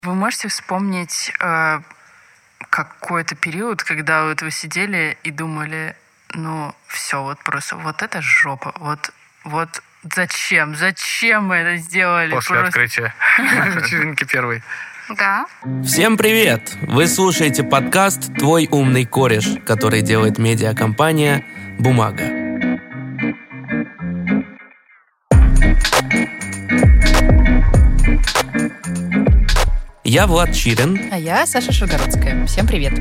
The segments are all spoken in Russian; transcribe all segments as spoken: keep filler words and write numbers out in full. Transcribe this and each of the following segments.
Вы можете вспомнить э, какой-то период, когда вот вы сидели и думали, ну, все, вот просто, вот это жопа, вот, вот зачем, зачем мы это сделали? После просто... открытия вечеринки первой. Да. Всем привет! Вы слушаете подкаст «Твой умный кореш», который делает медиакомпания «Бумага». Я Влад Чирин. А я Саша Шугородская. Всем привет.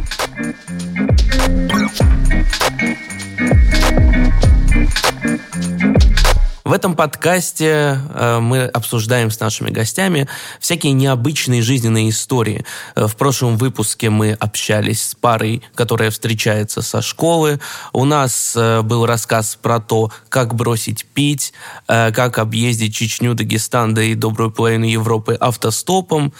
В этом подкасте э, мы обсуждаем с нашими гостями всякие необычные жизненные истории. Э, в прошлом выпуске мы общались с парой, которая встречается со школы. У нас э, был рассказ про то, как бросить пить, э, как объездить Чечню, Дагестан, да и добрую половину Европы автостопом,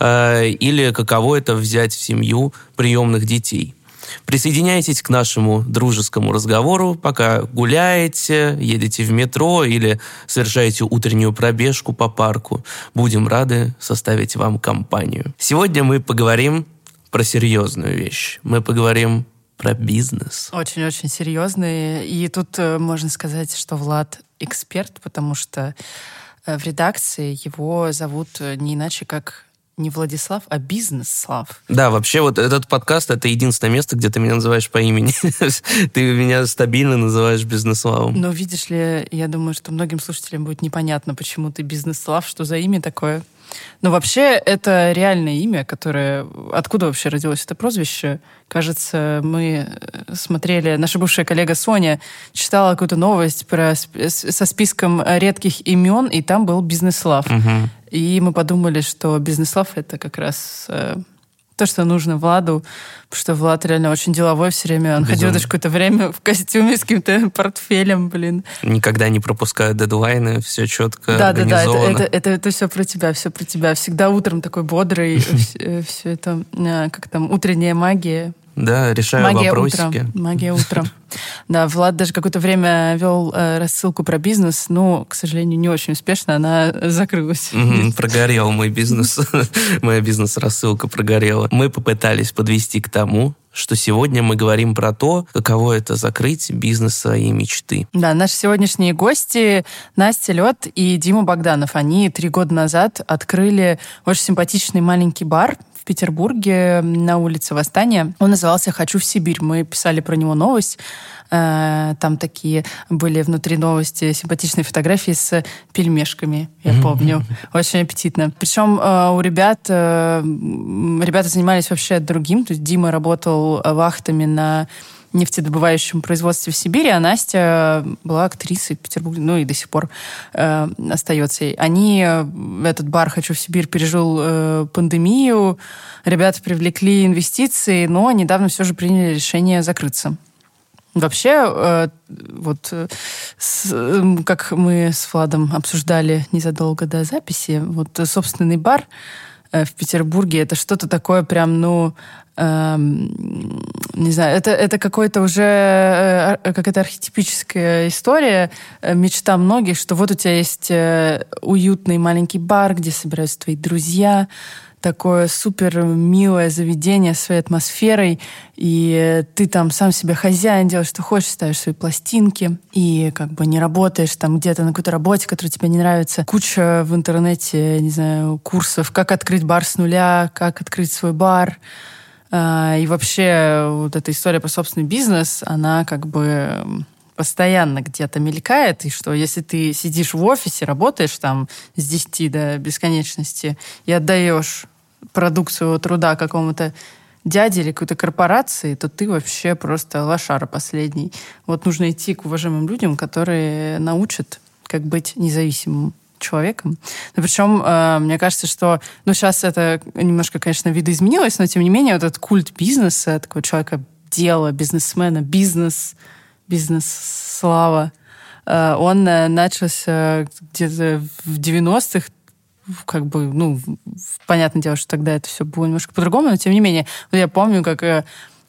э, или каково это взять в семью приемных детей. Присоединяйтесь к нашему дружескому разговору, пока гуляете, едете в метро или совершаете утреннюю пробежку по парку. Будем рады составить вам компанию. Сегодня мы поговорим про серьезную вещь. Мы поговорим про бизнес. Очень-очень серьезный. И тут можно сказать, что Влад эксперт, потому что в редакции его зовут не иначе, как... не Владислав, а Бизнес-Слав. Да, вообще вот этот подкаст — это единственное место, где ты меня называешь по имени. Ты меня стабильно называешь Бизнес-Славом. Но видишь ли, я думаю, что многим слушателям будет непонятно, почему ты Бизнес-Слав, что за имя такое. Но вообще это реальное имя, которое... Откуда вообще родилось это прозвище? Кажется, мы смотрели... Наша бывшая коллега Соня читала какую-то новость про... со списком редких имен, и там был Бизнес-Слав. Угу. И мы подумали, что Бизнес-Слав — это как раз э, то, что нужно Владу, потому что Влад реально очень деловой все время. Он Безумно. ходил даже какое-то время в костюме с каким-то портфелем, блин. Никогда не пропускаю дедлайны, все четко да, организовано. Да-да-да, это, это, это, это все про тебя, все про тебя. Всегда утром такой бодрый, все это, как там, утренняя магия. Да, решаю Магия вопросики. Утром. Магия утром. Да, Влад даже какое-то время вел э, рассылку про бизнес, но, к сожалению, не очень успешно, она закрылась. Mm-hmm, прогорел мой бизнес, моя бизнес-рассылка прогорела. Мы попытались подвести к тому, что сегодня мы говорим про то, каково это закрыть бизнес своей мечты. Да, наши сегодняшние гости Настя Лед и Дима Богданов. Они три года назад открыли очень симпатичный маленький бар в Петербурге на улице Восстания. Он назывался «Хочу в Сибирь». Мы писали про него новость. Там такие были внутри новости симпатичные фотографии с пельмешками, я помню. Очень аппетитно. Причем у ребят... Ребята занимались вообще другим. То есть Дима работал вахтами на нефтедобывающем производстве в Сибири, а Настя была актрисой в Петербурге, ну и до сих пор э, остается. Они, этот бар «Хочу в Сибирь» пережил э, пандемию, ребята привлекли инвестиции, но недавно все же приняли решение закрыться. Вообще, э, вот с, как мы с Владом обсуждали незадолго до записи, вот собственный бар э, в Петербурге — это что-то такое прям, ну, э, не знаю, это, это какой-то уже э, какая-то архетипическая история, э, мечта многих, что вот у тебя есть э, уютный маленький бар, где собираются твои друзья, такое супер милое заведение с своей атмосферой, и ты там сам себе хозяин, делаешь, что хочешь, ставишь свои пластинки, и как бы не работаешь там где-то на какой-то работе, которая тебе не нравится. Куча в интернете, не знаю, курсов, как открыть бар с нуля, как открыть свой бар. И вообще вот эта история про собственный бизнес, она как бы... постоянно где-то мелькает, и что если ты сидишь в офисе, работаешь там с десяти до бесконечности и отдаешь продукцию труда какому-то дяде или какой-то корпорации, то ты вообще просто лошара последний. Вот нужно идти к уважаемым людям, которые научат, как быть независимым человеком. Но причем, э, мне кажется, что ну, сейчас это немножко, конечно, видоизменилось, но тем не менее вот этот культ бизнеса, такого человека дела, бизнесмена, бизнес... бизнес-слава. Он начался где-то в девяностых, как бы, ну, понятное дело, что тогда это все было немножко по-другому, но тем не менее, я помню, как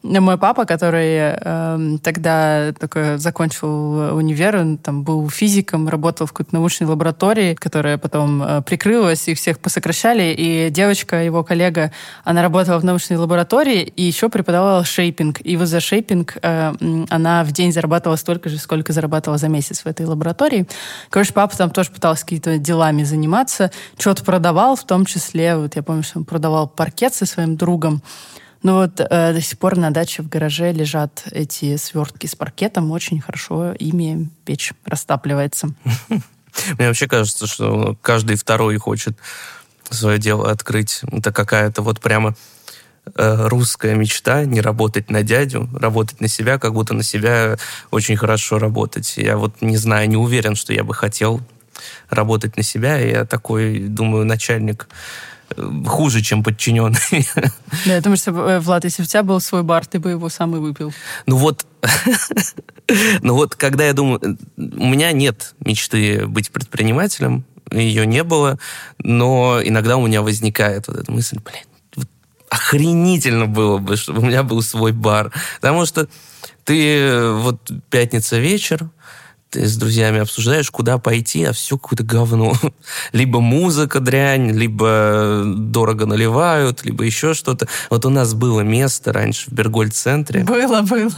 мой папа, который э, тогда только закончил универ, он там был физиком, работал в какой-то научной лаборатории, которая потом э, прикрылась, и всех посокращали, и девочка, его коллега, она работала в научной лаборатории и еще преподавала шейпинг. И вот за шейпинг э, она в день зарабатывала столько же, сколько зарабатывала за месяц в этой лаборатории. Короче, папа там тоже пытался какими-то делами заниматься, что-то продавал, в том числе, вот я помню, что он продавал паркет со своим другом. Ну вот э, до сих пор на даче в гараже лежат эти свертки с паркетом. Очень хорошо ими печь растапливается. Мне вообще кажется, что каждый второй хочет свое дело открыть. Это какая-то вот прямо э, русская мечта, не работать на дядю, работать на себя, как будто на себя очень хорошо работать. Я вот не знаю, не уверен, что я бы хотел работать на себя. Я такой, думаю, начальник хуже, чем подчиненный. Да, я думаю, что, Влад, если бы у тебя был свой бар, ты бы его сам и выпил. Ну вот, ну вот, когда я думаю, у меня нет мечты быть предпринимателем, ее не было, но иногда у меня возникает вот эта мысль, блин, охренительно было бы, чтобы у меня был свой бар. Потому что ты вот пятница вечер, ты с друзьями обсуждаешь, куда пойти, а все какое-то говно. Либо музыка дрянь, либо дорого наливают, либо еще что-то. Вот у нас было место раньше в Бергольд-центре. Было, было.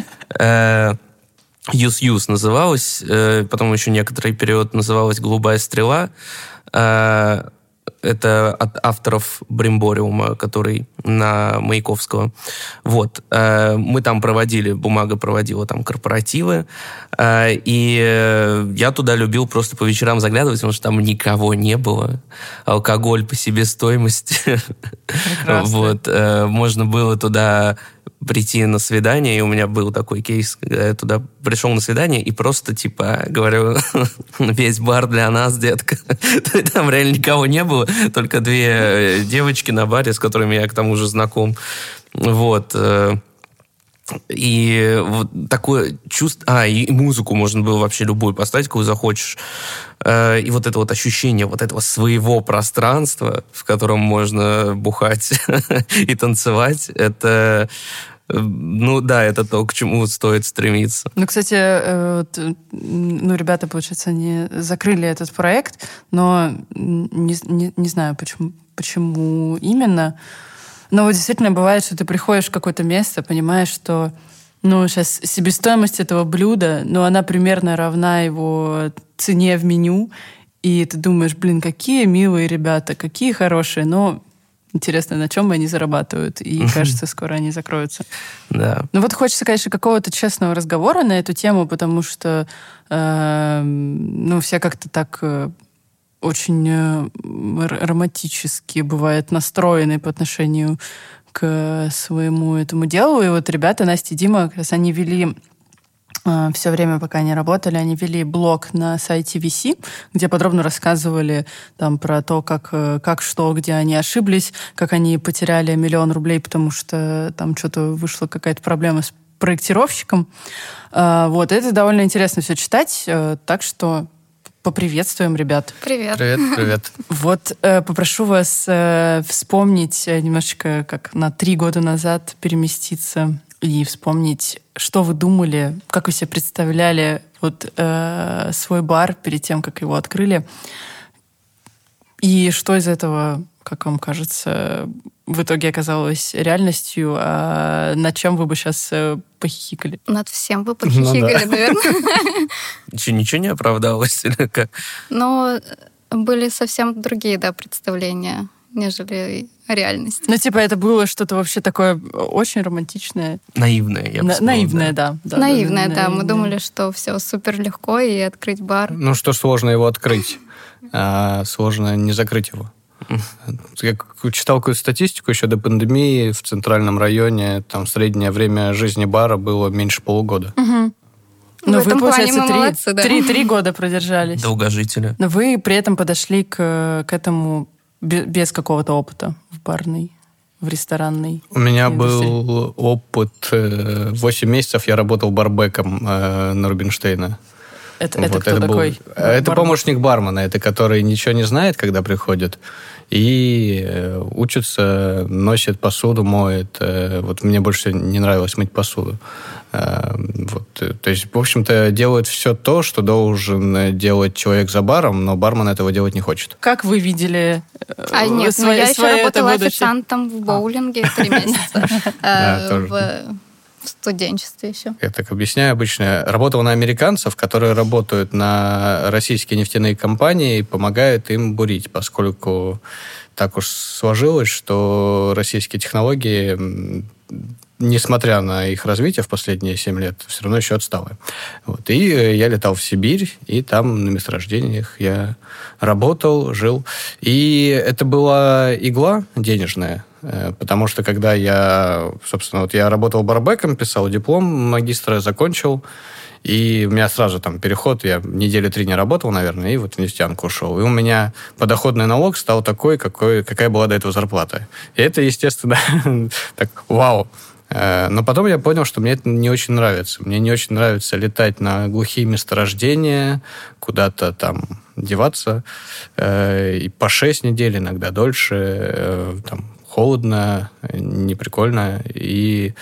Юс-Юс называлось, потом еще некоторый период называлась «Голубая стрела». Это от авторов Бримбориума, который на Маяковского. Вот. Мы там проводили, бумага проводила там корпоративы, и я туда любил просто по вечерам заглядывать, потому что там никого не было. Алкоголь по себестоимости. Вот. Можно было туда прийти на свидание, и у меня был такой кейс, когда я туда пришел на свидание и просто, типа, говорю, весь бар для нас, детка. Там реально никого не было, только две девочки на баре, с которыми я к тому же знаком. Вот. И вот такое чувство... А, и музыку можно было вообще любую поставить, какую захочешь. И вот это вот ощущение вот этого своего пространства, в котором можно бухать и танцевать, это... Ну да, это то, к чему стоит стремиться. Ну, кстати, вот, ну, ребята, получается, они закрыли этот проект, но не, не, не знаю, почему, почему именно. Но вот действительно бывает, что ты приходишь в какое-то место, понимаешь, что ну, сейчас себестоимость этого блюда, ну, она примерно равна его цене в меню, и ты думаешь, блин, какие милые ребята, какие хорошие, но... Интересно, на чем они зарабатывают. И, кажется, скоро они закроются. Да. Ну вот хочется, конечно, какого-то честного разговора на эту тему, потому что э, ну, все как-то так э, очень э, романтически бывает настроены по отношению к своему этому делу. И вот ребята, Настя и Дима, как раз они вели... Все время, пока они работали, они вели блог на сайте ви си, где подробно рассказывали там, про то, как, как, что, где они ошиблись, как они потеряли миллион рублей, потому что там что-то вышла какая-то проблема с проектировщиком. Вот, это довольно интересно все читать, так что поприветствуем ребят. Привет. Привет, привет. Вот попрошу вас вспомнить немножечко, как на три года назад переместиться и вспомнить, что вы думали, как вы себе представляли вот, э, свой бар перед тем, как его открыли, и что из этого, как вам кажется, в итоге оказалось реальностью, а над чем вы бы сейчас э, похихикали? Над всем вы похихикали, наверное. Ничего не оправдалось? Или как? Но были совсем другие, да, представления, нежели реальность. Ну, типа, это было что-то вообще такое очень романтичное. Наивное, я бы На- сказала. Наивное, да. да. Наивное, да. да, Мы наивное. думали, что все супер легко, и открыть бар. Ну, что сложно его открыть, а сложно не закрыть его. Я читал какую-то статистику еще до пандемии в центральном районе, там среднее время жизни бара было меньше полугода. Угу. В Но этом вы, получается, плане мы три, молодцы, да. три, три года продержались. Долгожители. Но вы при этом подошли к, к этому без какого-то опыта в барной, в ресторанной У меня индустрии. был опыт, восемь месяцев я работал барбеком на Рубинштейна. Это, это Вот, кто это был- такой? Это Бар- помощник бармена, это который ничего не знает, когда приходит, и э, учится, носит посуду, моет. Э, вот мне больше не нравилось мыть посуду. Э, вот, то есть, в общем-то, делает все то, что должен делать человек за баром, но бармен этого делать не хочет. Как вы видели э, А нет, ну свои, я еще свои работала это будущее? официантом в боулинге три месяца. В студенчестве еще. Я так объясняю обычно. Работал на американцев, которые работают на российские нефтяные компании и помогают им бурить, поскольку так уж сложилось, что российские технологии, несмотря на их развитие в последние семь лет, все равно еще отсталые. Вот. И я летал в Сибирь, и там на месторождениях я работал, жил. И это была игла денежная, потому что когда я, собственно, вот я работал барбеком, писал диплом магистра, закончил, и у меня сразу там переход, я недели три не работал, наверное, и вот в нефтянку ушел. И у меня подоходный налог стал такой, какой, какая была до этого зарплата. И это, естественно, так, вау. Но потом я понял, что мне это не очень нравится. Мне не очень нравится летать на глухие месторождения, куда-то там деваться. И по шесть недель, иногда дольше, там, холодно, неприкольно. И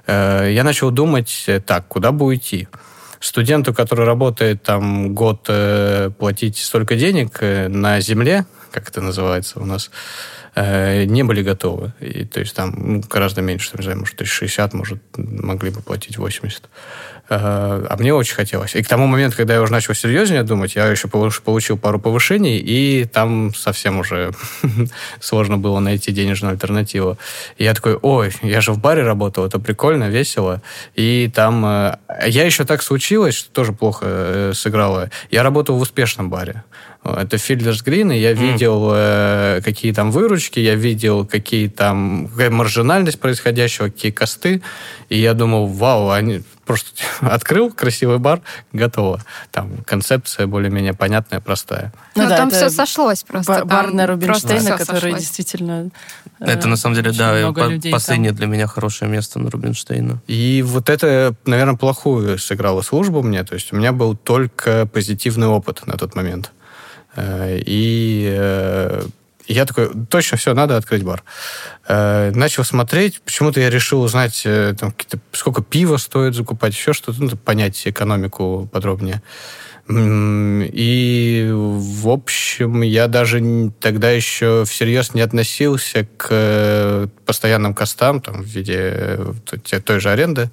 я начал думать, так, куда бы уйти? Студенту, который работает там год, платить столько денег на земле, как это называется у нас, не были готовы. И, то есть там ну, гораздо меньше, не знаю, может, шестьдесят, может, могли бы платить восемьдесят. А мне очень хотелось. И к тому моменту, когда я уже начал серьезнее думать, я еще получил пару повышений, и там совсем уже сложно было найти денежную альтернативу. И я такой, ой, я же в баре работал, это прикольно, весело. И там... Я еще так случилось, что тоже плохо сыграло. Я работал в успешном баре. Это Fielder's Green, и я видел, mm. какие там выручки, я видел, какие там, какая маржинальность происходящего, какие косты. И я думал, вау, они просто открыл красивый бар, готово. Там концепция более-менее понятная, простая. Ну, ну да, там все сошлось просто. Бар на Рубинштейна, который сошлось. действительно... Это, на самом деле, да, по- последнее там. Для меня хорошее место на Рубинштейна. И вот это, наверное, плохую сыграло службу мне. То есть у меня был только позитивный опыт на тот момент. И я такой, точно, все, надо открыть бар. Начал смотреть, почему-то я решил узнать, там, сколько пива стоит закупать, еще что-то, ну, понять экономику подробнее. И, в общем, я даже тогда еще всерьез не относился к постоянным костам, там, в виде той же аренды.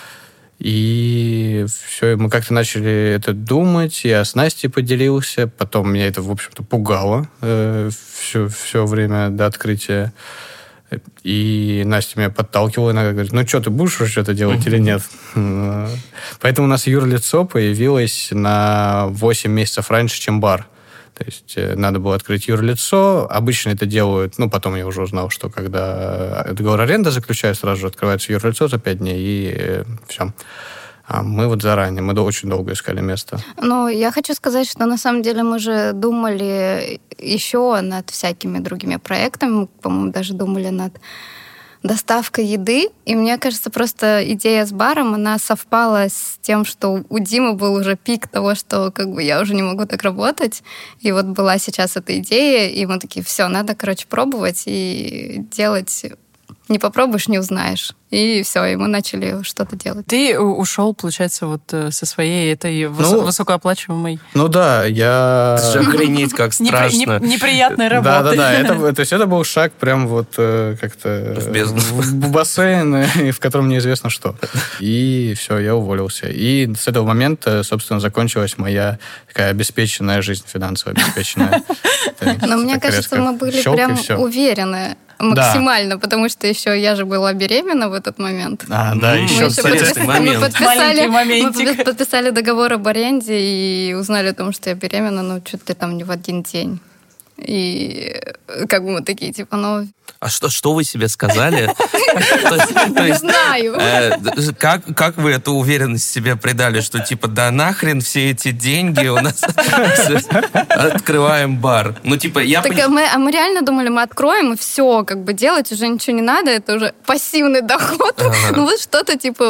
И все, мы как-то начали это думать, я с Настей поделился, потом меня это, в общем-то, пугало э, все, все время до открытия. И Настя меня подталкивала иногда, говорит, ну что, ты будешь уже что-то делать или нет? Поэтому у нас юрлицо появилось на восемь месяцев раньше, чем бар. То есть надо было открыть юрлицо. Обычно это делают, ну, потом я уже узнал, что когда договор аренды заключают, сразу же открывается юрлицо за пять дней, и все. А мы вот заранее, мы очень долго искали место. Ну, я хочу сказать, что на самом деле мы же думали еще над всякими другими проектами. Мы, по-моему, даже думали над доставкой еды. И мне кажется, просто идея с баром, она совпала с тем, что у Димы был уже пик того, что как бы я уже не могу так работать. И вот была сейчас эта идея, и мы такие, все, надо, короче, пробовать и делать. Не попробуешь, не узнаешь. И все, и мы начали что-то делать. Ты ушел, получается, вот со своей этой выс- ну, высокооплачиваемой... Ну да, я... Это же охренеть, как страшно. Непри- неприятной работы. Да-да-да, это, то есть это был шаг прям вот как-то... В бездну. В бассейн, в котором неизвестно что. И все, я уволился. И с этого момента, собственно, закончилась моя такая обеспеченная жизнь, финансово обеспеченная. Но мне кажется, мы были прям уверены максимально, да. Потому что еще я же была беременна в этот момент. А, да, мы еще, еще кстати, момент. Мы подписали, мы подписали договор об аренде и узнали о том, что я беременна, ну, чуть ли там не в один день. И как бы мы такие, типа, ну... А что, что вы себе сказали? Не знаю. Как вы эту уверенность себе придали, что типа, да нахрен все эти деньги у нас открываем бар? Ну, типа, я... Так мы реально думали, мы откроем, и все, как бы делать уже ничего не надо, это уже пассивный доход. Ну, вот что-то типа вот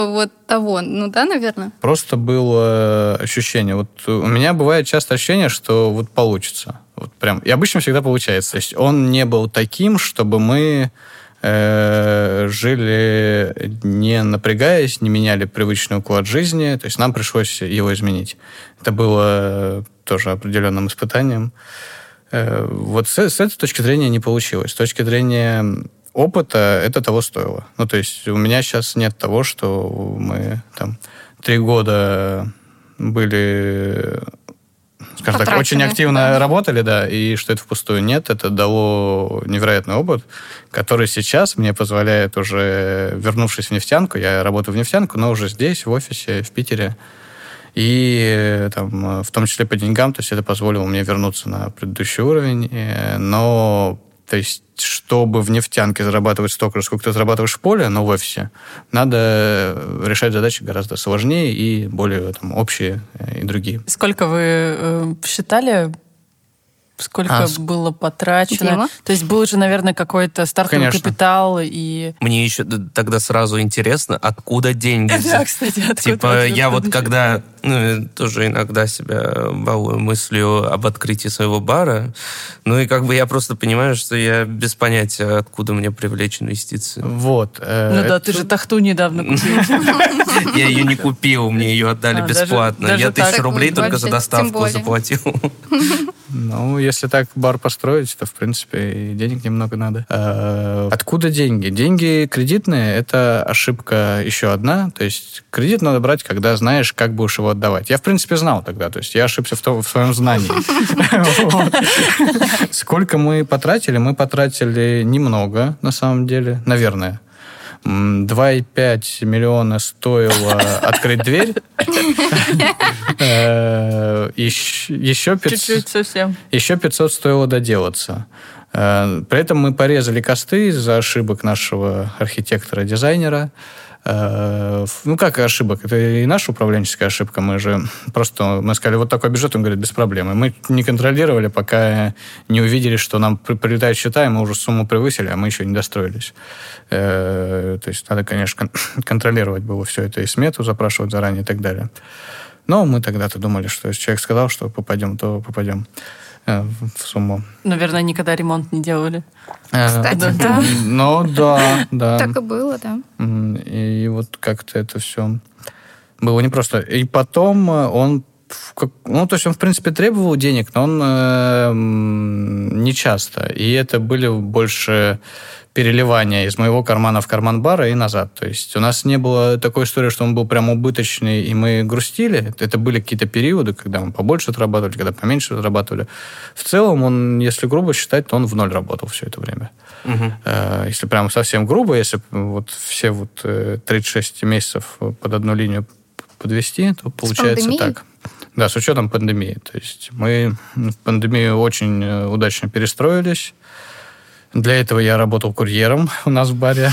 того. Ну да, наверное. Просто было ощущение. Вот у меня бывает часто ощущение, что вот получится. Вот прям. И обычно всегда получается. То есть он не был таким, чтобы мы э, жили не напрягаясь, не меняли привычный уклад жизни. То есть нам пришлось его изменить. Это было тоже определенным испытанием. Э, вот с, с этой точки зрения не получилось. С точки зрения опыта это того стоило. Ну, то есть у меня сейчас нет того, что мы там три года были, скажем так, очень активно да. работали, да, и что это впустую. Нет, это дало невероятный опыт, который сейчас мне позволяет уже, вернувшись в нефтянку, я работаю в нефтянку, но уже здесь, в офисе, в Питере, и там, в том числе по деньгам, то есть это позволило мне вернуться на предыдущий уровень, но то есть, чтобы в нефтянке зарабатывать столько же, сколько ты зарабатываешь в поле, но в офисе, надо решать задачи гораздо сложнее и более там, общие и другие. Сколько вы э, считали, сколько а, было потрачено? Дима? То есть был же, наверное, какой-то стартовый Конечно. капитал и... Мне еще тогда сразу интересно, откуда деньги? Да, кстати, откуда? Типа я вот когда ну, тоже иногда себя балую мыслью об открытии своего бара, ну и как бы я просто понимаю, что я без понятия, откуда мне привлечь инвестиции. Вот. Ну да, ты же тахту недавно купил. Я ее не купил, мне ее отдали бесплатно. Я тысячу рублей только за доставку заплатил. Ну, если так бар построить, то, в принципе, и денег немного надо. А, откуда деньги? Деньги кредитные – это ошибка еще одна. То есть кредит надо брать, когда знаешь, как будешь его отдавать. Я, в принципе, знал тогда. То есть я ошибся в, том, в своем знании. Сколько мы потратили? Мы потратили немного, на самом деле, наверное. два и пять миллиона стоило открыть дверь. Еще пятьсот стоило доделаться. При этом мы порезали косты из-за ошибок нашего архитектора-дизайнера. Ну, как ошибок? Это и наша управленческая ошибка. Мы же просто, мы сказали, вот такой бюджет, он говорит, без проблем. И мы не контролировали, пока не увидели, что нам прилетают счета, и мы уже сумму превысили, а мы еще не достроились. То есть надо, конечно, контролировать было все это, и смету запрашивать заранее и так далее. Но мы тогда-то думали, что если человек сказал, что попадем, то попадем в сумму. Наверное, никогда ремонт не делали. Кстати, да. Ну, да, да. Так и было, да. И вот как-то это все было непросто. И потом он, ну, то есть он, в принципе, требовал денег, но он э, не часто. И это были больше переливания из моего кармана в карман бара и назад. То есть у нас не было такой истории, что он был прям убыточный, и мы грустили. Это были какие-то периоды, когда мы побольше отрабатывали, когда поменьше отрабатывали. В целом, он, если грубо считать, то он в ноль работал все это время. Угу. Если прям совсем грубо, если вот все вот тридцать шесть месяцев под одну линию подвести, то получается так. Да, с учетом пандемии. То есть мы в пандемию очень удачно перестроились. Для этого я работал курьером у нас в баре.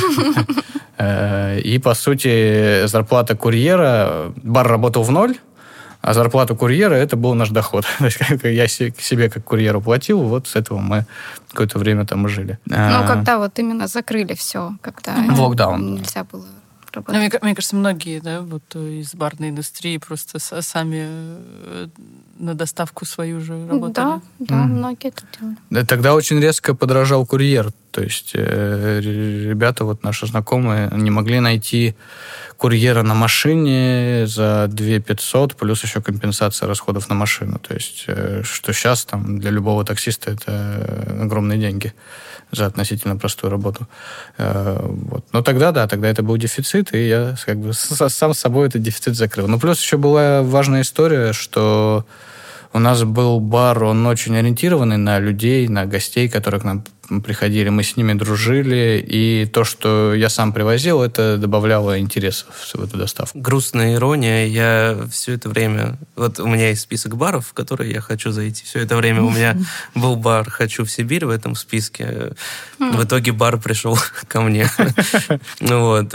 И, по сути, зарплата курьера... Бар работал в ноль, а зарплата курьера – это был наш доход. То есть я себе как курьеру платил, вот с этого мы какое-то время там и жили. Ну, когда вот именно закрыли все, когда локдаун. Нельзя было... Ну, мне, мне кажется, многие, да, вот из барной индустрии просто сами на доставку свою же работали. Да, да, mm. многие это делали. Тогда очень резко подорожал курьер. То есть э, ребята, вот наши знакомые, не могли найти курьера на машине за две тысячи пятьсот, плюс еще компенсация расходов на машину. То есть, э, что сейчас там для любого таксиста это огромные деньги за относительно простую работу. Вот. Но тогда, да, тогда это был дефицит, и я как бы сам с собой этот дефицит закрыл. Но плюс еще была важная история, что у нас был бар, он очень ориентированный на людей, на гостей, которые к нам приходили, мы с ними дружили, и то, что я сам привозил, это добавляло интересов в эту доставку. Грустная ирония, я все это время... Вот у меня есть список баров, в которые я хочу зайти. Все это время у меня был бар «Хочу в Сибирь» в этом списке. В итоге бар пришел ко мне. Вот.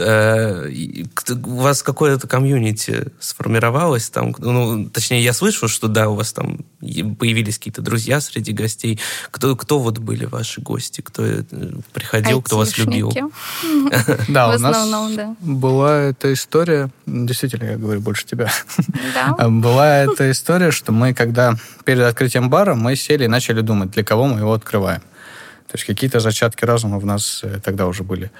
У вас какое-то комьюнити сформировалось там? Ну, точнее, я слышал, что да, у вас там появились какие-то друзья среди гостей. Кто, кто вот были ваши гости? гости? Кто приходил, кто вас любил? Да, в у нас основном, да. была эта история, действительно, я говорю больше тебя. Да. Была эта история, что мы, когда перед открытием бара, мы сели и начали думать, для кого мы его открываем. То есть какие-то зачатки разума в нас тогда уже были.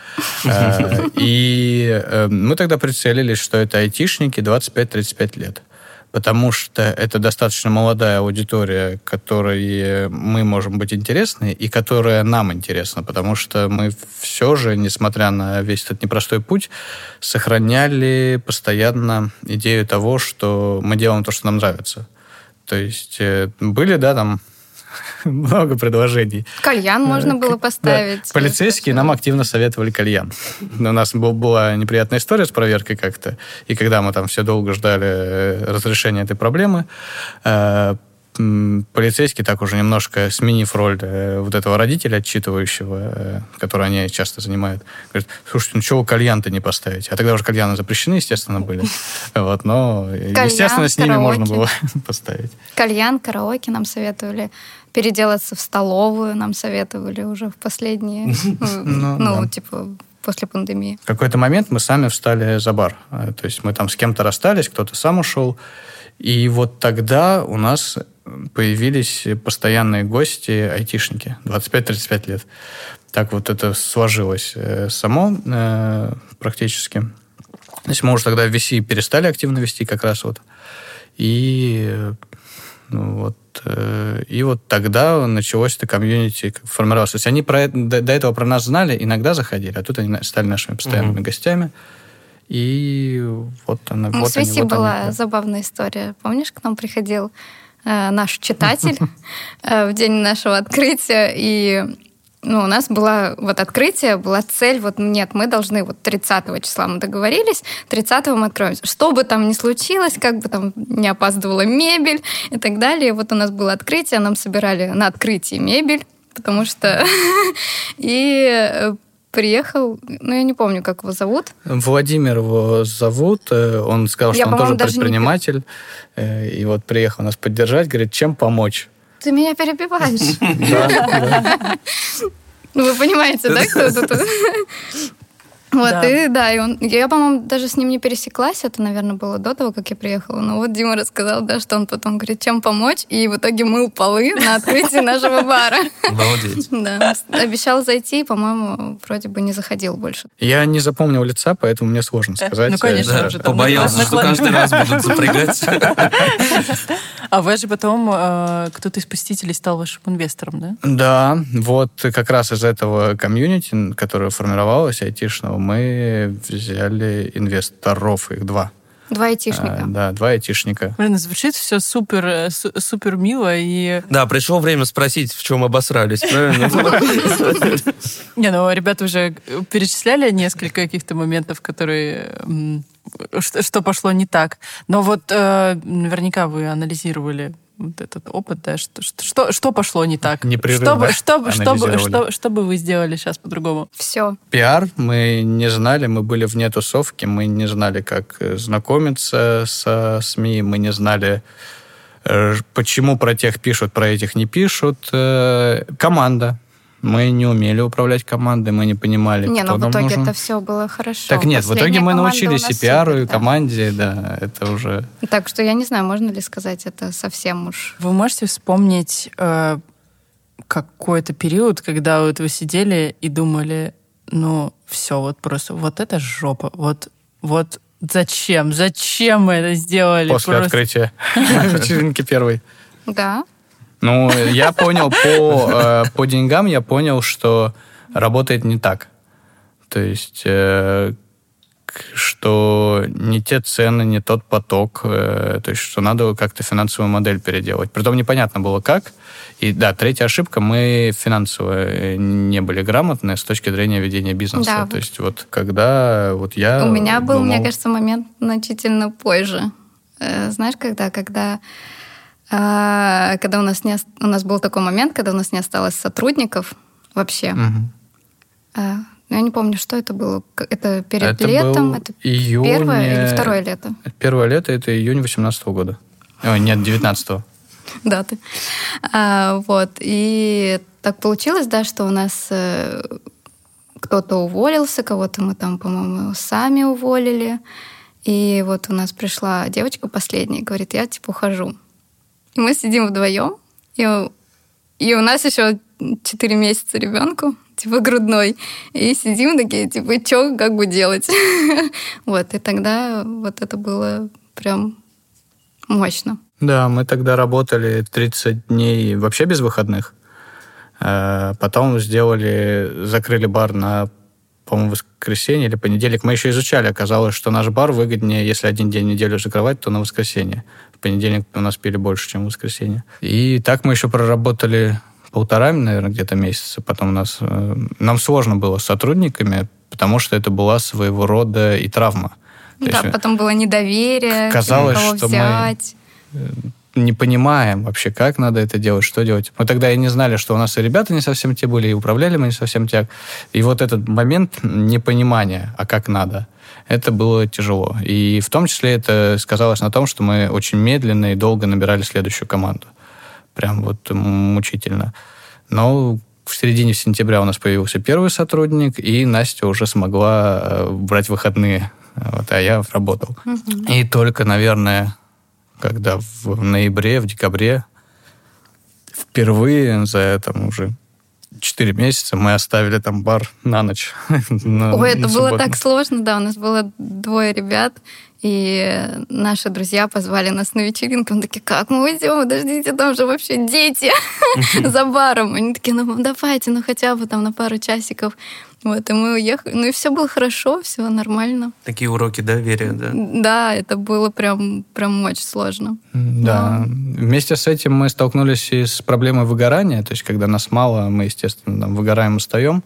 И мы тогда прицелились, что это айтишники двадцать пять тридцать пять лет. Потому что это достаточно молодая аудитория, которой мы можем быть интересны, и которая нам интересна, потому что мы все же, несмотря на весь этот непростой путь, сохраняли постоянно идею того, что мы делаем то, что нам нравится. То есть были, да, там много предложений. Кальян можно было поставить. Да. Полицейские нам активно советовали кальян. У нас был, была неприятная история с проверкой как-то, и когда мы там все долго ждали разрешения этой проблемы, э, полицейские, так уже немножко сменив роль э, вот этого родителя отчитывающего, э, который они часто занимают, говорят, слушайте, ну чего вы кальян-то не поставите? А тогда уже кальяны запрещены, естественно, были. Вот, но, кальян, естественно, с ними караоке. можно было поставить. Кальян, караоке нам советовали. Переделаться в столовую нам советовали уже в последние, ну, типа, после пандемии. В какой-то момент мы сами встали за бар. То есть мы там с кем-то расстались, кто-то сам ушел. И вот тогда у нас появились постоянные гости, айтишники, двадцать пять тридцать пять лет. Так вот это сложилось само практически. То есть мы уже тогда в ви си перестали активно вести как раз вот. И... Ну, вот, э, и вот тогда началось это комьюнити, формировалось. То есть они про, до, до этого про нас знали, иногда заходили, а тут они стали нашими постоянными mm-hmm. гостями. И вот она, ну, вот в ви си они, вот была они. забавная история. Помнишь, к нам приходил э, наш читатель э, в день нашего открытия, и ну, у нас было вот открытие, была цель, вот нет, мы должны вот тридцатого числа мы договорились, тридцатого мы откроемся. Что бы там ни случилось, как бы там не опаздывала мебель и так далее. Вот у нас было открытие, нам собирали на открытии мебель, потому что... И приехал, ну, я не помню, как его зовут. Владимир его зовут, он сказал, что я, он тоже предприниматель, не... и вот приехал нас поддержать, говорит, чем помочь? Ты меня перебиваешь. Да. Ну, вы понимаете, да, кто тут? Вот, да. и да, и он... Я, по-моему, даже с ним не пересеклась, это, наверное, было до того, как я приехала. Но вот Дима рассказал, да, что он потом говорит, чем помочь, и в итоге мыл полы на открытии нашего бара. Молодец. Да, обещал зайти, по-моему, вроде бы не заходил больше. Я не запомнил лица, поэтому мне сложно сказать. Ну, конечно. Да, побоялся, что каждый раз будут запрягать. А вы же потом, э, кто-то из посетителей стал вашим инвестором, да? Да, вот как раз из этого комьюнити, которое формировалось, айтишного, мы взяли инвесторов, их два. Два айтишника. А, да, два айтишника. Блин, звучит все супер, супер мило и... Да, пришло время спросить, в чем обосрались, правильно? Не, ну, ребята уже перечисляли несколько каких-то моментов, которые... Что пошло не так. Но вот наверняка вы анализировали вот этот опыт, да, что, что, что пошло не так? Непрерывно что, что, что, что, что, что бы вы сделали сейчас по-другому? Все. Пиар мы не знали, мы были вне тусовки, мы не знали, как знакомиться со СМИ, мы не знали, почему про тех пишут, про этих не пишут. Команда. Мы не умели управлять командой, мы не понимали, не, кто ну, нам в итоге нужен. Это все было хорошо. Так нет, Последняя в итоге мы команда научились и пиару, и команде, да, это уже... Так что я не знаю, можно ли сказать это совсем уж... Вы можете вспомнить э, какой-то период, когда вот вы сидели и думали, ну, все, вот просто, вот это жопа, вот, вот зачем, зачем мы это сделали? После просто... открытия вечеринки первой. Да. Ну, я понял, по, э, по деньгам я понял, что работает не так. То есть, э, что не те цены, не тот поток. Э, то есть, что надо как-то финансовую модель переделать. Притом непонятно было как. И да, третья ошибка, мы финансово не были грамотны с точки зрения ведения бизнеса. Да. То есть, вот когда вот я... У меня был, думал... мне кажется, момент значительно позже. Э, знаешь, когда... когда... Когда у нас, не, у нас был такой момент, когда у нас не осталось сотрудников вообще. Угу. Я не помню, что это было. Это перед это летом? Был это июнь... первое или второе лето? Первое лето — это июнь восемнадцатого года. Ой, нет, девятнадцатого. даты. А, вот. И так получилось, да, что у нас э, кто-то уволился, кого-то мы там, по-моему, сами уволили. И вот у нас пришла девочка последняя, говорит, я, типа, ухожу. И мы сидим вдвоем, и, и у нас еще четыре месяца ребенку, типа, грудной. И сидим такие, типа, что, как бы делать? Вот, и тогда вот это было прям мощно. Да, мы тогда работали тридцать дней вообще без выходных. Потом сделали, закрыли бар на, по-моему, воскресенье или понедельник. Мы еще изучали. Оказалось, что наш бар выгоднее, если один день в неделю закрывать, то на воскресенье. В понедельник у нас пили больше, чем в воскресенье. И так мы еще проработали полтора, наверное, где-то месяца. Потом у нас... Нам сложно было с сотрудниками, потому что это была своего рода и травма. То да, есть, потом было недоверие, казалось, кого что взять. Мы не понимаем вообще, как надо это делать, что делать. Мы тогда и не знали, что у нас и ребята не совсем те были, и управляли мы не совсем те. И вот этот момент непонимания, а как надо, это было тяжело. И в том числе это сказалось на том, что мы очень медленно и долго набирали следующую команду. Прям вот мучительно. Но в середине сентября у нас появился первый сотрудник, и Настя уже смогла брать выходные, вот, а я работал. Угу. И только, наверное... когда в ноябре, в декабре впервые за там уже четыре месяца мы оставили там бар на ночь. Ой, это было так сложно, да, у нас было двое ребят, и наши друзья позвали нас на вечеринку, мы такие, как мы уйдем, подождите, там же вообще дети за баром. Они такие, ну давайте, ну хотя бы там на пару часиков. Вот, и мы уехали. Ну и все было хорошо, все нормально. Такие уроки доверия, да? Да, это было прям, прям очень сложно. Да. Но... Вместе с этим мы столкнулись и с проблемой выгорания. То есть, когда нас мало, мы, естественно, там, выгораем, устаем.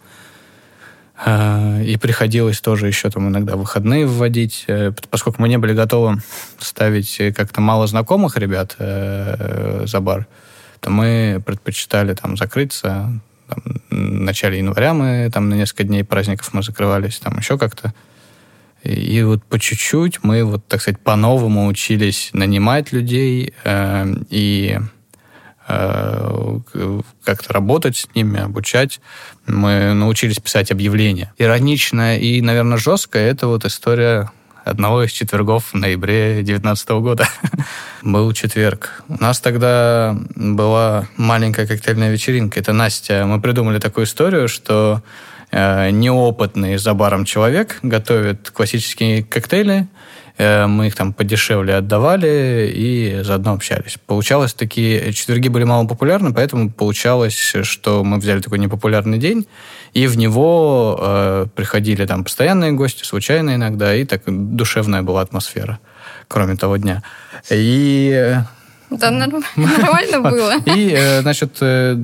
И приходилось тоже еще там иногда выходные вводить, поскольку мы не были готовы ставить как-то мало знакомых ребят за бар, то мы предпочитали там закрыться. Там, в начале января мы там на несколько дней праздников мы закрывались, там еще как-то. И, и вот по чуть-чуть мы, вот, так сказать, по-новому учились нанимать людей э, и э, как-то работать с ними, обучать. Мы научились писать объявления. Ироничная и, наверное, жесткая — это вот история одного из четвергов в ноябре две тысячи девятнадцатого года. Был четверг. У нас тогда была маленькая коктейльная вечеринка. Это Настя. Мы придумали такую историю, что э, неопытный за баром человек готовит классические коктейли. Э, мы их там подешевле отдавали и заодно общались. Получалось, такие четверги были мало популярны, поэтому получалось, что мы взяли такой непопулярный день, и в него э, приходили там постоянные гости, случайно иногда, и так душевная была атмосфера, кроме того дня. И... Да, нормально было. И, значит,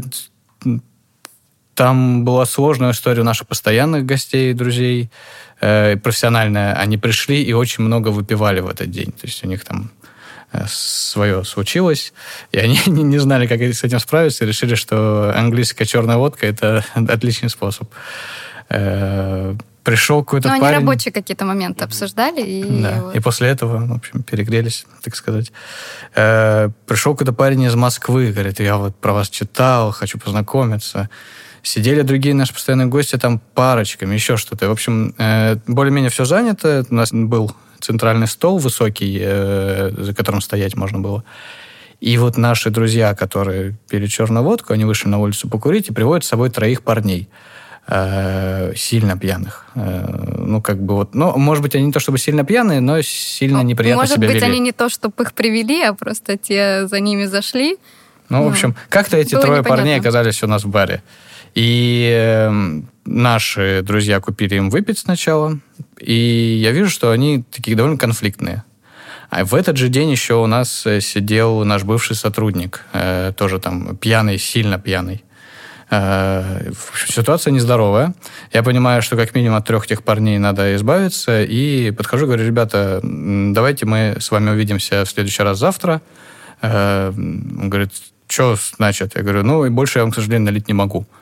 там была сложная история у наших постоянных гостей, друзей, профессиональная. Они пришли и очень много выпивали в этот день. То есть у них там свое случилось, и они не знали, как с этим справиться, и решили, что английская черная водка — это отличный способ. Пришел какой-то парень... Ну, они рабочие какие-то моменты обсуждали. И... Да, вот. и после этого, в общем, перегрелись, так сказать. Пришел какой-то парень из Москвы, говорит, я вот про вас читал, хочу познакомиться. Сидели другие наши постоянные гости там парочками, еще что-то. В общем, более-менее все занято. У нас был центральный стол высокий, за которым стоять можно было. И вот наши друзья, которые пили черную водку, они вышли на улицу покурить и приводят с собой троих парней. Сильно пьяных. Ну, как бы вот... Ну, может быть, они не то чтобы сильно пьяные, но сильно неприятно может себя вели. Может быть, они не то, чтобы их привели, а просто те за ними зашли. Ну, ну в общем, как-то эти трое непонятно. Парней оказались у нас в баре. И э, наши друзья купили им выпить сначала, и я вижу, что они такие довольно конфликтные. А в этот же день еще у нас сидел наш бывший сотрудник, э, тоже там пьяный, сильно пьяный. Э, ситуация нездоровая. Я понимаю, что как минимум от трех тех парней надо избавиться, и подхожу, говорю, ребята, давайте мы с вами увидимся в следующий раз завтра. Э, он говорит, что значит? Я говорю, ну, и больше я вам, к сожалению, налить не могу.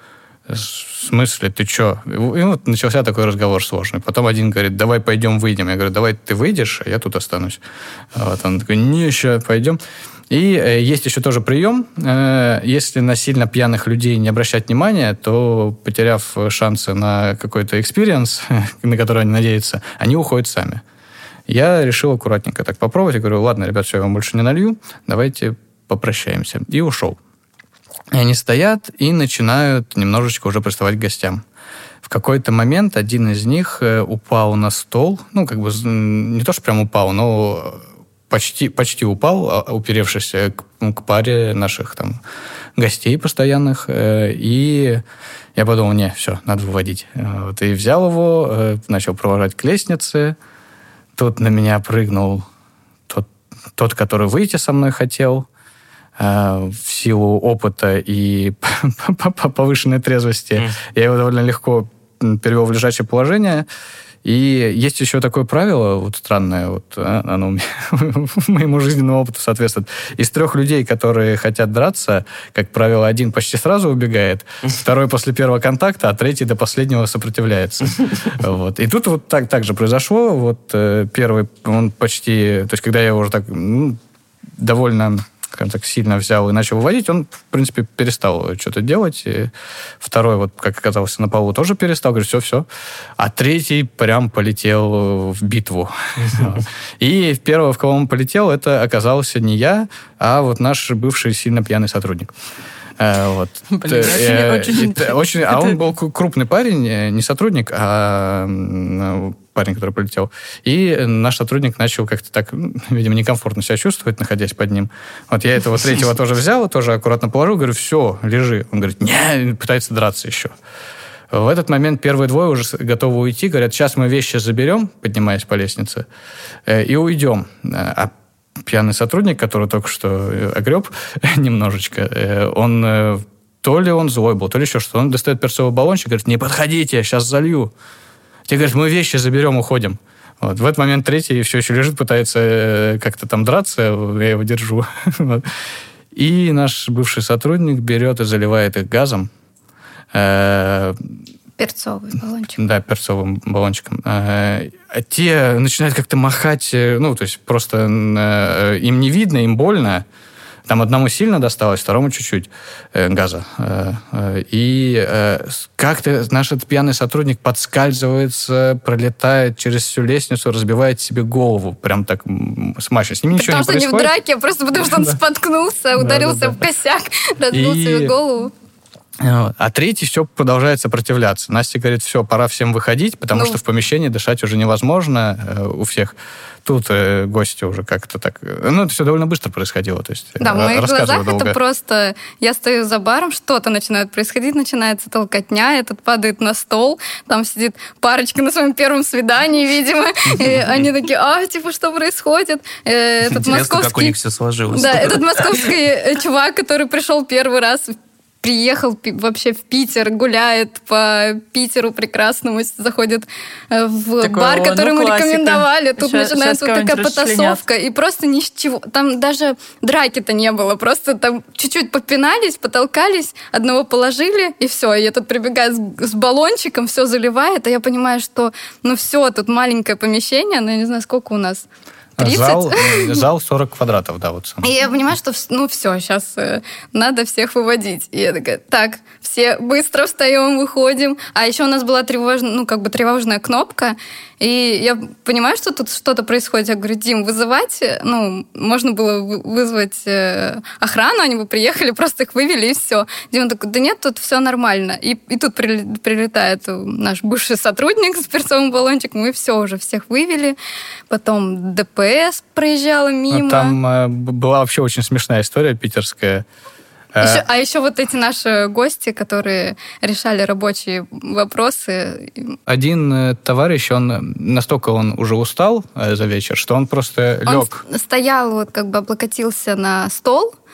В смысле, ты чё? И вот начался такой разговор сложный. Потом один говорит, давай пойдем выйдем. Я говорю, давай ты выйдешь, а я тут останусь. Вот он такой, не, ща, пойдем. И э, есть еще тоже прием. Э, если на сильно пьяных людей не обращать внимания, то, потеряв шансы на какой-то экспириенс, на который они надеются, они уходят сами. Я решил аккуратненько так попробовать. Я говорю, ладно, ребят, все, я вам больше не налью, давайте попрощаемся. И ушел. И они стоят и начинают немножечко уже приставать к гостям. В какой-то момент один из них упал на стол. Ну, как бы не то, что прям упал, но почти, почти упал, уперевшись к, к паре наших там гостей постоянных. И я подумал, не, все, надо выводить. Вот, и взял его, начал провожать к лестнице. Тут на меня прыгнул тот, тот который выйти со мной хотел. В силу опыта и повышенной трезвости mm. я его довольно легко перевел в лежачее положение. И есть еще такое правило, вот странное, вот, оно моему жизненному опыту соответствует. Из трех людей, которые хотят драться, как правило, один почти сразу убегает, второй после первого контакта, а третий до последнего сопротивляется. Вот. И тут вот так, так же произошло. Вот первый, он почти... То есть, когда я уже так ну, довольно... скажем так, сильно взял и начал выводить, он, в принципе, перестал что-то делать. И второй, вот, как оказалось, на полу тоже перестал. Говорит, все-все. А третий прям полетел в битву. И первого, в кого он полетел, это оказался не я, а вот наш бывший сильно пьяный сотрудник. Вот. Блин, очень, очень, очень, а он был крупный парень, не сотрудник, а парень, который полетел. И наш сотрудник начал как-то так, видимо, некомфортно себя чувствовать, находясь под ним. Вот я этого третьего тоже взял, тоже аккуратно положил, говорю, все, лежи. Он говорит, не, пытается драться еще. В этот момент первые двое уже готовы уйти, говорят, сейчас мы вещи заберем, поднимаясь по лестнице, и уйдем. А пьяный сотрудник, который только что огреб немножечко, он то ли он злой был, то ли еще что. Он достает перцовый баллончик, говорит, не подходите, я сейчас залью. Те говорят, мы вещи заберем, уходим. Вот. В этот момент третий все еще лежит, пытается как-то там драться, я его держу. Вот. И наш бывший сотрудник берет и заливает их газом. Перцовый баллончик. Да, перцовым баллончиком. Те начинают как-то махать, ну, то есть просто им не видно, им больно. Там одному сильно досталось, второму чуть-чуть э, газа. Э, э, и э, как-то наш этот пьяный сотрудник подскальзывается, пролетает через всю лестницу, разбивает себе голову. Прям так смачно. С ним ничего не происходит. Потому что не в драке, а просто потому что он споткнулся, ударился в косяк, разбил себе голову. А третий все продолжает сопротивляться. Настя говорит, все, пора всем выходить, потому ну. что в помещении дышать уже невозможно э, у всех. Тут э, гости уже как-то так... Ну, это все довольно быстро происходило. То есть, да, в моих глазах долго. Это просто... Я стою за баром, что-то начинает происходить, начинается толкотня, этот падает на стол, там сидит парочка на своем первом свидании, видимо, и они такие, а, типа, что происходит? Этот Интересно, как у них все сложилось. Да, этот московский чувак, который пришел первый раз приехал вообще в Питер, гуляет по Питеру прекрасному, заходит в Такое, бар, который ну, мы классика. рекомендовали. Тут сейчас, начинается сейчас вот такая потасовка. И просто ни с чего. Там даже драки-то не было. Просто там чуть-чуть попинались, потолкались, одного положили, и все. И этот прибегает с, с баллончиком, все заливает. А я понимаю, что ну все, тут маленькое помещение, но я не знаю, сколько у нас... тридцать Зал, зал сорок квадратов, да, вот сам. И я понимаю, что, ну, все, сейчас э, надо всех выводить. И я такая, так, все быстро встаем, выходим. А еще у нас была тревожная, ну, как бы тревожная кнопка, и я понимаю, что тут что-то происходит. Я говорю, Дим, вызывать, ну, можно было вызвать э, охрану, они бы приехали, просто их вывели, и все. Дима такой, да нет, тут все нормально. И, и тут прилетает наш бывший сотрудник с перцовым баллончиком, мы все уже всех вывели. Потом ДПС проезжала мимо. Там э, была вообще очень смешная история питерская. Еще, а еще вот эти наши гости, которые решали рабочие вопросы. Один товарищ, он настолько он уже устал за вечер, что он просто он лег. стоял, вот как бы облокотился на стол,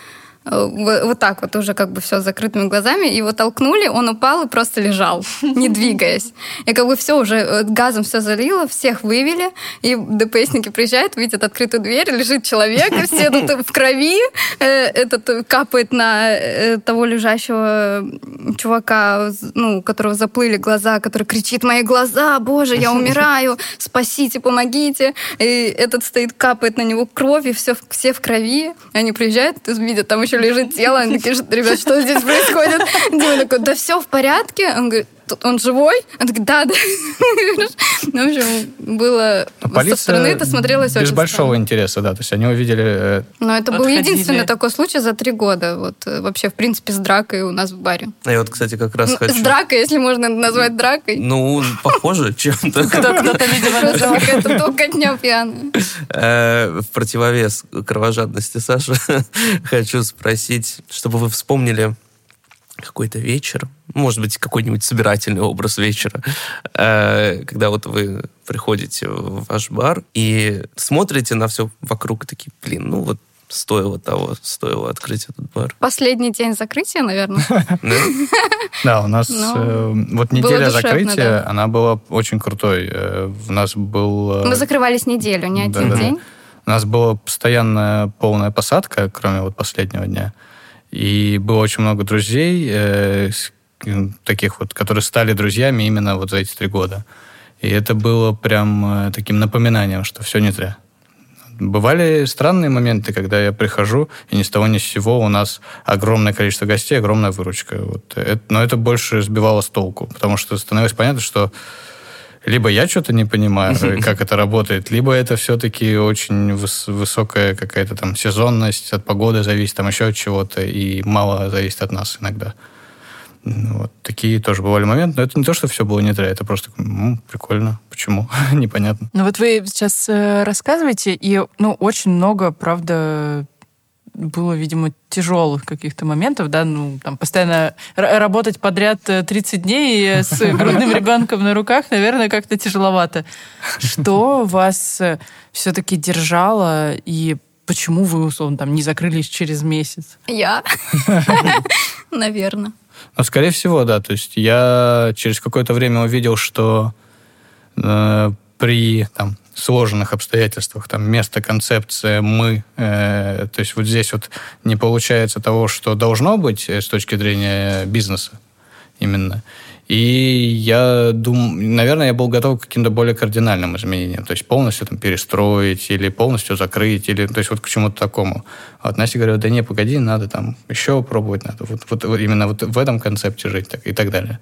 вот так вот уже как бы все с закрытыми глазами, его толкнули, он упал и просто лежал, не двигаясь. И как бы все уже газом все залило, всех вывели, и ДПСники приезжают, видят открытую дверь, лежит человек, и все тут в крови, этот капает на того лежащего чувака, ну, у которого заплыли глаза, который кричит: «Мои глаза, боже, я умираю, спасите, помогите». И этот стоит, капает на него кровь, и все, все в крови. Они приезжают, видят, там еще лежит тело, они такие: ребят, что здесь происходит? Дима такой: да все в порядке. Он говорит: он живой? Он такой: да, да. Ну, в общем, было... Полиция со стороны это смотрелось без очень большого странно. интереса, да. То есть они увидели... Но это был Отходили. единственный такой случай за три года. Вот вообще, в принципе, с дракой у нас в баре. А я вот, кстати, как раз Ну, хочу... с дракой, если можно назвать дракой. Ну, похоже чем-то. Кто-то, видимо, назвал. Это толкотня пьяная. Э, В противовес кровожадности Саши хочу спросить, чтобы вы вспомнили какой-то вечер, может быть, какой-нибудь собирательный образ вечера, э, когда вот вы приходите в ваш бар и смотрите на все вокруг, такие: блин, ну вот стоило того, стоило открыть этот бар. Последний день закрытия, наверное. Да? Да, у нас Ну, э, вот было неделя душевно, закрытия, да. она была очень крутой. Э, У нас был... э, Мы закрывались неделю, не один Да-да-да. день. У нас была постоянная полная посадка, кроме вот последнего дня. И было очень много друзей, э, с- таких вот, которые стали друзьями именно вот за эти три года. И это было прям э, таким напоминанием, что все не зря. Бывали странные моменты, когда я прихожу, и ни с того ни с сего у нас огромное количество гостей, огромная выручка. Вот. Это- но это больше сбивало с толку, потому что становилось понятно, что либо я что-то не понимаю, как это работает, либо это все-таки очень выс- высокая какая-то там сезонность, от погоды зависит, там еще от чего-то, и мало зависит от нас иногда. Ну, вот такие тоже бывали моменты. Но это не то, что все было не зря, это просто ну, прикольно. Почему? Непонятно. Ну вот вы сейчас э, рассказываете, и ну очень много, правда, было, видимо, тяжелых каких-то моментов, да, ну, там, постоянно р- работать подряд э, тридцать дней с грудным ребенком на руках, наверное, как-то тяжеловато. Что вас э, все-таки держало, и почему вы, условно, там, не закрылись через месяц? Я. Наверное. Ну, скорее всего, да. То есть я через какое-то время увидел, что э, при там, сложных обстоятельствах, там, место, концепция, мы, э, то есть вот здесь вот не получается того, что должно быть э, с точки зрения бизнеса именно. И я думаю, наверное, я был готов к каким-то более кардинальным изменениям. То есть полностью там, перестроить или полностью закрыть, или, то есть вот к чему-то такому. А вот Настя говорила: да не, погоди, надо там еще пробовать, надо вот, вот, вот именно вот в этом концепте жить так, и так далее.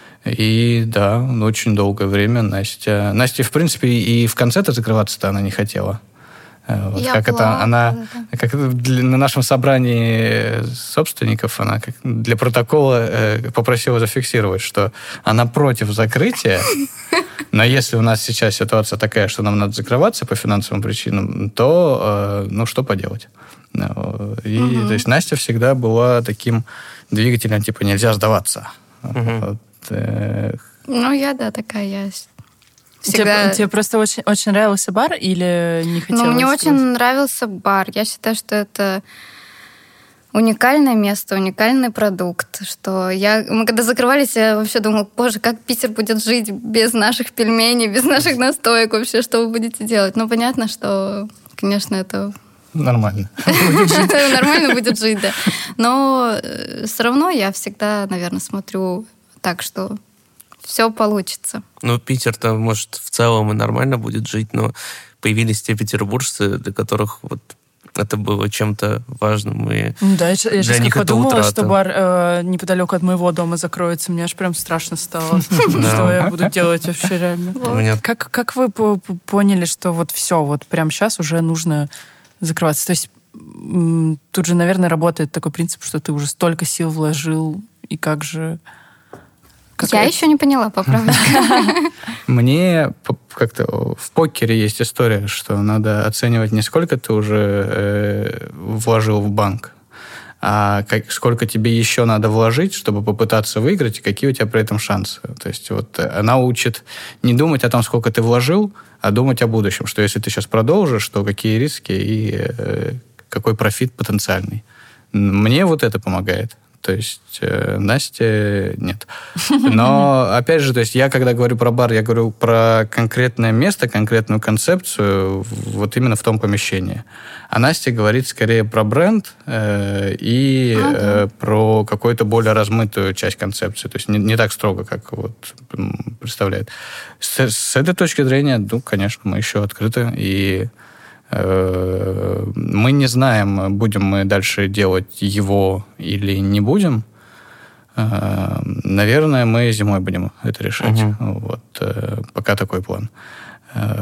И да, очень долгое время Настя... Настя, в принципе, и в конце-то закрываться-то она не хотела. Вот Я как это плакала, она, да. как это для- на нашем собрании собственников она как для протокола э, попросила зафиксировать, что она против закрытия, но если у нас сейчас ситуация такая, что нам надо закрываться по финансовым причинам, то э, ну что поделать. Ну, И Мгм. то есть Настя всегда была таким двигателем, типа нельзя сдаваться. Мгм. Вот, э, Ну, я, да, такая я. Тебе, Всегда... тебе просто очень, очень нравился бар или не хотелось? Ну, мне его? очень нравился бар. Я считаю, что это уникальное место, уникальный продукт. Что я... Мы когда закрывались, я вообще думала: боже, как Питер будет жить без наших пельменей, без наших настоек вообще, что вы будете делать? Ну, понятно, что, конечно, это нормально. нормально будет жить, да. Но все равно я всегда, наверное, смотрю так, что все получится. Ну, Питер-то, может, в целом и нормально будет жить, но появились те петербуржцы, для которых вот это было чем-то важным. И Ну да, я, щ- я для сейчас них как это подумала, утрата. что бар э, неподалеку от моего дома закроется. Мне аж прям страшно стало, что я буду делать вообще реально. У меня Как, как вы по- по- поняли, что вот все, вот прямо сейчас уже нужно закрываться? То есть м, тут же, наверное, работает такой принцип, что ты уже столько сил вложил, и как же... как Я это- еще не поняла, по правде. Мне п- как-то в покере есть история, что надо оценивать не сколько ты уже э, вложил в банк, а как, сколько тебе еще надо вложить, чтобы попытаться выиграть, и какие у тебя при этом шансы. То есть вот она учит не думать о том, сколько ты вложил, а думать о будущем, что если ты сейчас продолжишь, то какие риски и э, какой профит потенциальный. Мне вот это помогает. То есть э, Насте нет. Но, опять же, то есть я, когда говорю про бар, я говорю про конкретное место, конкретную концепцию вот именно в том помещении. А Настя говорит скорее про бренд э, и а, да. э, про какую-то более размытую часть концепции. То есть не, не так строго, как вот представляет. С, с этой точки зрения, ну, конечно, мы еще открыты. И э, мы не знаем, будем мы дальше делать его или не будем. Э, наверное, мы зимой будем это решать. Угу. Вот, э, пока такой план. Э,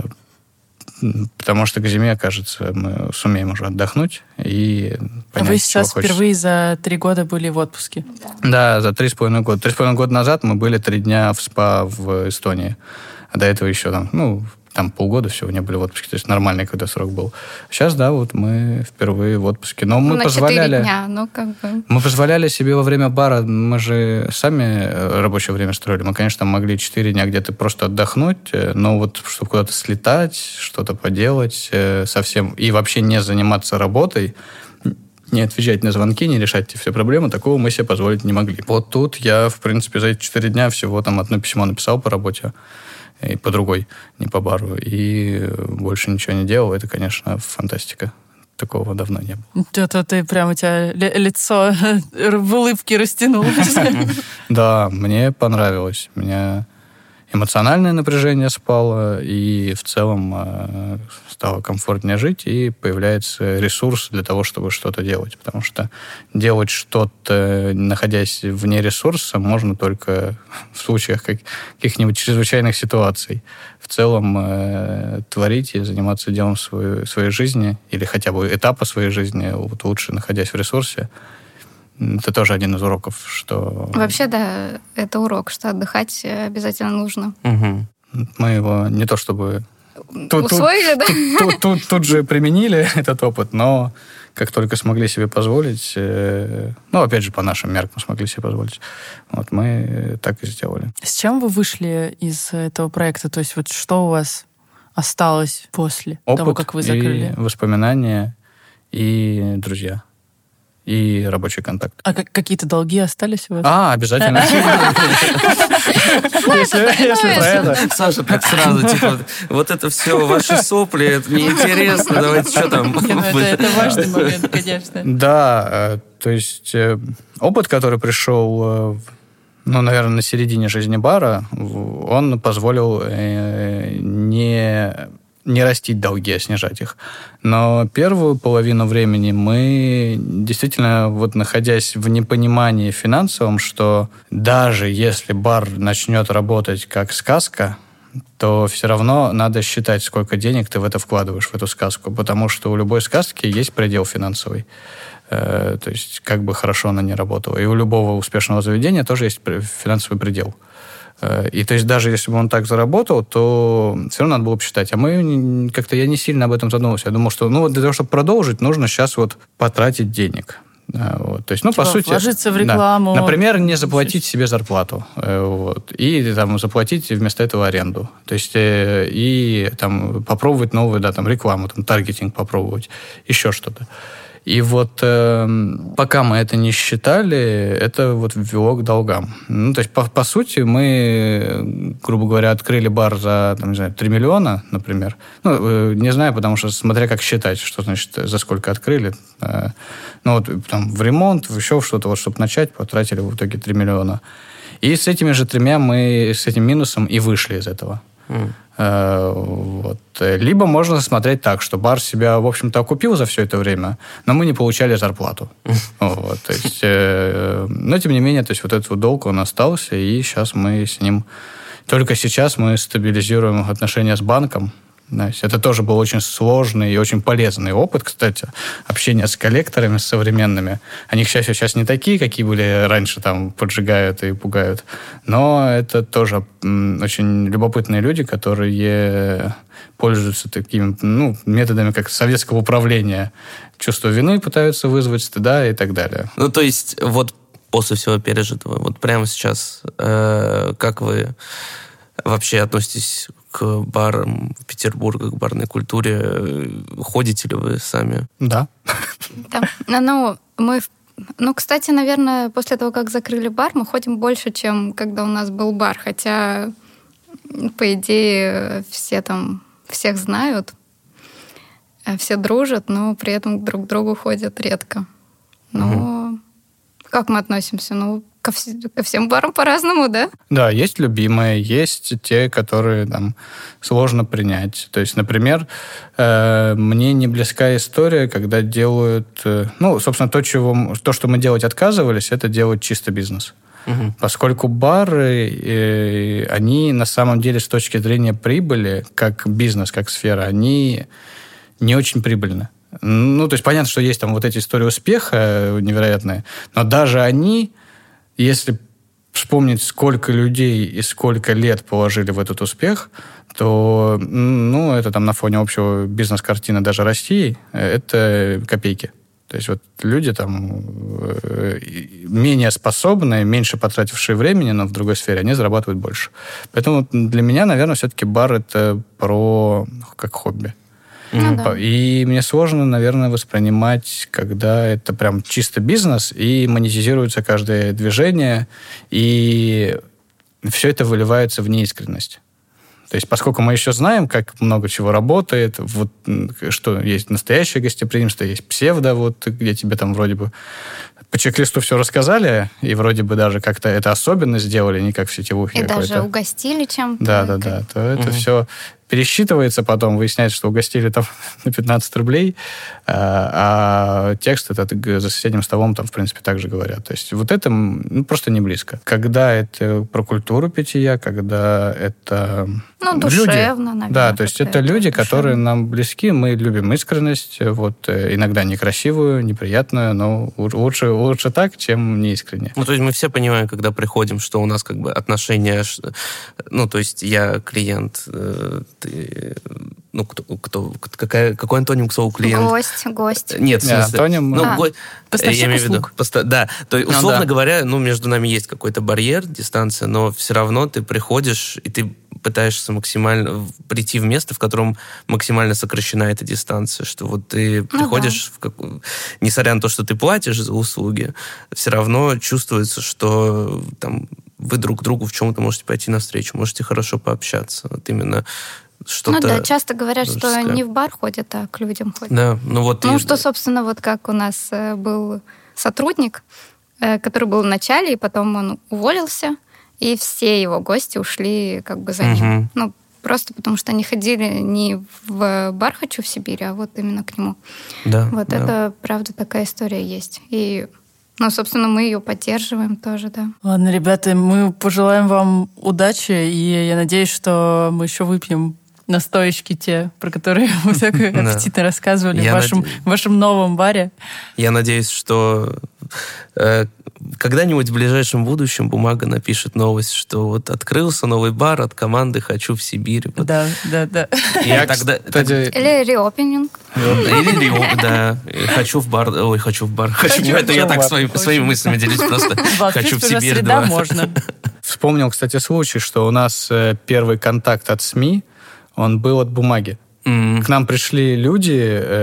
Потому что к зиме, кажется, мы сумеем уже отдохнуть и понять, Вы сейчас чего впервые за три года были в отпуске? Да, да, за три с половиной года. Три с половиной года назад мы были три дня в спа в Эстонии. А до этого еще там, ну, там полгода всего не были в отпуске. То есть нормальный когда срок был. Сейчас, да, вот мы впервые в отпуске. Но мы на позволяли... четыре дня, ну как бы... Мы позволяли себе во время бара, мы же сами рабочее время строили. Мы, конечно, могли четыре дня где-то просто отдохнуть, но вот чтобы куда-то слетать, что-то поделать совсем, и вообще не заниматься работой, не отвечать на звонки, не решать все проблемы, такого мы себе позволить не могли. Вот тут я, в принципе, за эти четыре дня всего там одно письмо написал по работе, и по другой, не по бару, и больше ничего не делал. Это, конечно, фантастика. Такого давно не было. Это ты прям, у тебя лицо в улыбке растянулось. Да, мне понравилось. У меня эмоциональное напряжение спало, и в целом стало комфортнее жить, и появляется ресурс для того, чтобы что-то делать. Потому что делать что-то, находясь вне ресурса, можно только в случаях каких-нибудь чрезвычайных ситуаций. В целом э, творить и заниматься делом своей, своей жизни, или хотя бы этапа своей жизни, вот лучше, находясь в ресурсе. Это тоже один из уроков, что... Вообще, да, это урок, что отдыхать обязательно нужно. Угу. Мы его не то чтобы... Тут, усвоили, тут, да? Тут, тут, тут, тут же применили этот опыт, но как только смогли себе позволить, э, ну, опять же, по нашим меркам смогли себе позволить, вот мы так и сделали. С чем вы вышли из этого проекта? То есть вот что у вас осталось после Опыт того, как вы закрыли? И воспоминания, и друзья. И рабочий контакт. А как, какие-то долги остались у вас? А, обязательно. Если про это. Саша так сразу, типа, вот это все, ваши сопли, это неинтересно, давайте, что там? Это важный момент, конечно. Да, то есть опыт, который пришел, ну, наверное, на середине жизни бара, он позволил не... не растить долги, а снижать их. Но первую половину времени мы действительно, вот находясь в непонимании финансовом, что даже если бар начнет работать как сказка, то все равно надо считать, сколько денег ты в это вкладываешь, в эту сказку, потому что у любой сказки есть предел финансовый. То есть как бы хорошо она ни работала. И у любого успешного заведения тоже есть финансовый предел. И то есть даже если бы он так заработал, то все равно надо было бы считать. А мы как-то, я не сильно об этом задумывался. Я думал, что ну, вот для того, чтобы продолжить, нужно сейчас вот потратить денег. Вот. То есть, ну, типа, по сути... Вложиться в рекламу. Да. Например, не заплатить себе зарплату. Вот. И там, заплатить вместо этого аренду. То есть и там, попробовать новую, да, там, рекламу, там, таргетинг попробовать, еще что-то. И вот э, пока мы это не считали, это вот ввело к долгам. Ну, то есть, по, по сути, мы, грубо говоря, открыли бар за, там, не знаю, три миллиона, например. Ну, э, не знаю, потому что смотря как считать, что значит, за сколько открыли. Э, ну, вот там в ремонт, в еще что-то, вот, чтобы начать, потратили в итоге три миллиона. И с этими же тремя мы, с этим минусом и вышли из этого. Mm. Вот. Либо можно смотреть так, что бар себя, в общем-то, окупил за все это время, но мы не получали зарплату. Вот. То есть, но, тем не менее, то есть, вот этот вот долг, он остался, и сейчас мы с ним... Только сейчас мы стабилизируем отношения с банком. Это тоже был очень сложный и очень полезный опыт, кстати, общение с коллекторами, с современными. Они, к счастью, сейчас не такие, какие были раньше, там, поджигают и пугают. Но это тоже очень любопытные люди, которые пользуются такими, ну, методами, как советского управления. Чувство вины пытаются вызвать, стыда и так далее. Ну, то есть, вот после всего пережитого, вот прямо сейчас, э, как вы вообще относитесь к барам в Петербурге, к барной культуре? Ходите ли вы сами? Да. Да. Ну, мы, в Ну, кстати, наверное, после того, как закрыли бар, мы ходим больше, чем когда у нас был бар. Хотя, по идее, все там всех знают, все дружат, но при этом друг к другу ходят редко. Но угу. Как мы относимся? Ну, ко, вс- ко всем барам по-разному, да? Да, есть любимые, есть те, которые там сложно принять. То есть, например, э, мне не близка история, когда делают... Э, ну, собственно, то, чего, то, что мы делать отказывались, это делать чисто бизнес. Угу. Поскольку бары, э, они на самом деле с точки зрения прибыли, как бизнес, как сфера, они не очень прибыльны. Ну, то есть понятно, что есть там вот эти истории успеха невероятные, но даже они, если вспомнить, сколько людей и сколько лет положили в этот успех, то, ну, это там на фоне общего бизнес-картины даже России, это копейки. То есть вот люди там менее способные, меньше потратившие времени, но в другой сфере, они зарабатывают больше. Поэтому для меня, наверное, все-таки бар – это про как хобби. Ну, да. И мне сложно, наверное, воспринимать, когда это прям чисто бизнес, и монетизируется каждое движение, и все это выливается в неискренность. То есть, поскольку мы еще знаем, как много чего работает, вот, что есть настоящее гостеприимство, есть псевдо, вот, где тебе там вроде бы по чек-листу все рассказали, и вроде бы даже как-то это особенно сделали, не как в сетевухе. И какой-то. Даже угостили чем-то. Да-да-да. То это угу. все пересчитывается потом, выясняется, что угостили там на пятнадцать рублей, а, а текст этот за соседним столом там, в принципе, так же говорят. То есть вот это ну, просто не близко. Когда это про культуру питья, когда это ну, душевно, люди, наверное. да, то есть это люди, душевно. Которые нам близки, мы любим искренность, вот, иногда некрасивую, неприятную, но лучше, лучше так, чем неискренне. Ну, то есть мы все понимаем, когда приходим, что у нас как бы отношения, ну, то есть я клиент, ты, ну, кто, кто какая, какой антоним к слову клиент? Гость, гость. Нет, в смысле, антоним... ну, а, го... я имею в виду, поста... да, то есть, условно ну, да. говоря, ну, между нами есть какой-то барьер, дистанция, но все равно ты приходишь, и ты пытаешься максимально прийти в место, в котором максимально сокращена эта дистанция, что вот ты приходишь, ну, да. в как... несмотря на то, что ты платишь за услуги, все равно чувствуется, что там вы друг другу в чем-то можете пойти навстречу, можете хорошо пообщаться. Вот именно что-то... Ну да, часто говорят, дружеское. Что не в бар ходят, а к людям ходят. Да, ну вот... Ну и... что, собственно, вот как у нас был сотрудник, который был в начале, и потом он уволился, и все его гости ушли как бы за ним. Угу. Ну, просто потому что они ходили не в бар «Хочу в Сибирь», а вот именно к нему. Да, вот да. это, правда, такая история есть. И... Ну, собственно, мы ее поддерживаем тоже, да. Ладно, ребята, мы пожелаем вам удачи, и я надеюсь, что мы еще выпьем настоечки те, про которые вы так аппетитно рассказывали в вашем, над... в вашем новом баре. Я надеюсь, что э, когда-нибудь в ближайшем будущем Бумага напишет новость, что вот открылся новый бар от команды «Хочу в Сибирь». Вот. Да, да, да. Я тогда, тогда... Или реопенинг. Или реопенинг, да. «Хочу в бар». Ой, «Хочу в бар». Хочу, хочу это я так своим, своими мыслями делюсь просто. «Хочу в Сибирь». Среда можно. Вспомнил, кстати, случай, что у нас первый контакт от СМИ он был от Бумаги. Mm-hmm. К нам пришли люди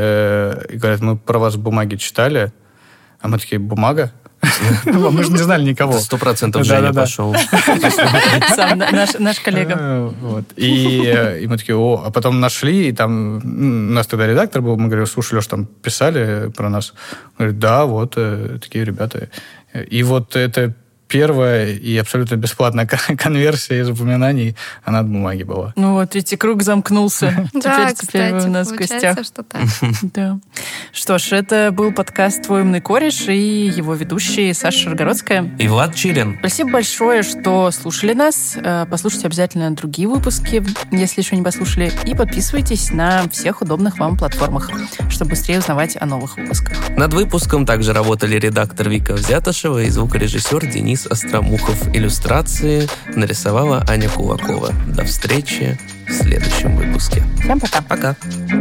э, и говорят, мы про вас в Бумаге читали. А мы такие, Бумага? Мы же не знали никого. Сто процентов Женя пошел. Сам наш коллега. И мы такие, о, а потом нашли, и там у нас тогда редактор был, мы говорили, слушай, Леш, там писали про нас. Говорит, да, вот такие ребята. И вот это первая и абсолютно бесплатная конверсия из упоминаний, она от Бумаги была. Ну вот, видите, круг замкнулся. Да, теперь вы у нас в гостях. Что так. Да. Что ж, это был подкаст «Твой умный кореш» и его ведущие Саша Шаргородская. И Влад Чилин. Спасибо большое, что слушали нас. Послушайте обязательно другие выпуски, если еще не послушали. И подписывайтесь на всех удобных вам платформах, чтобы быстрее узнавать о новых выпусках. Над выпуском также работали редактор Вика Взятошева и звукорежиссер Денис Остромухов. Иллюстрации нарисовала Аня Кулакова. До встречи в следующем выпуске. Всем пока. Пока.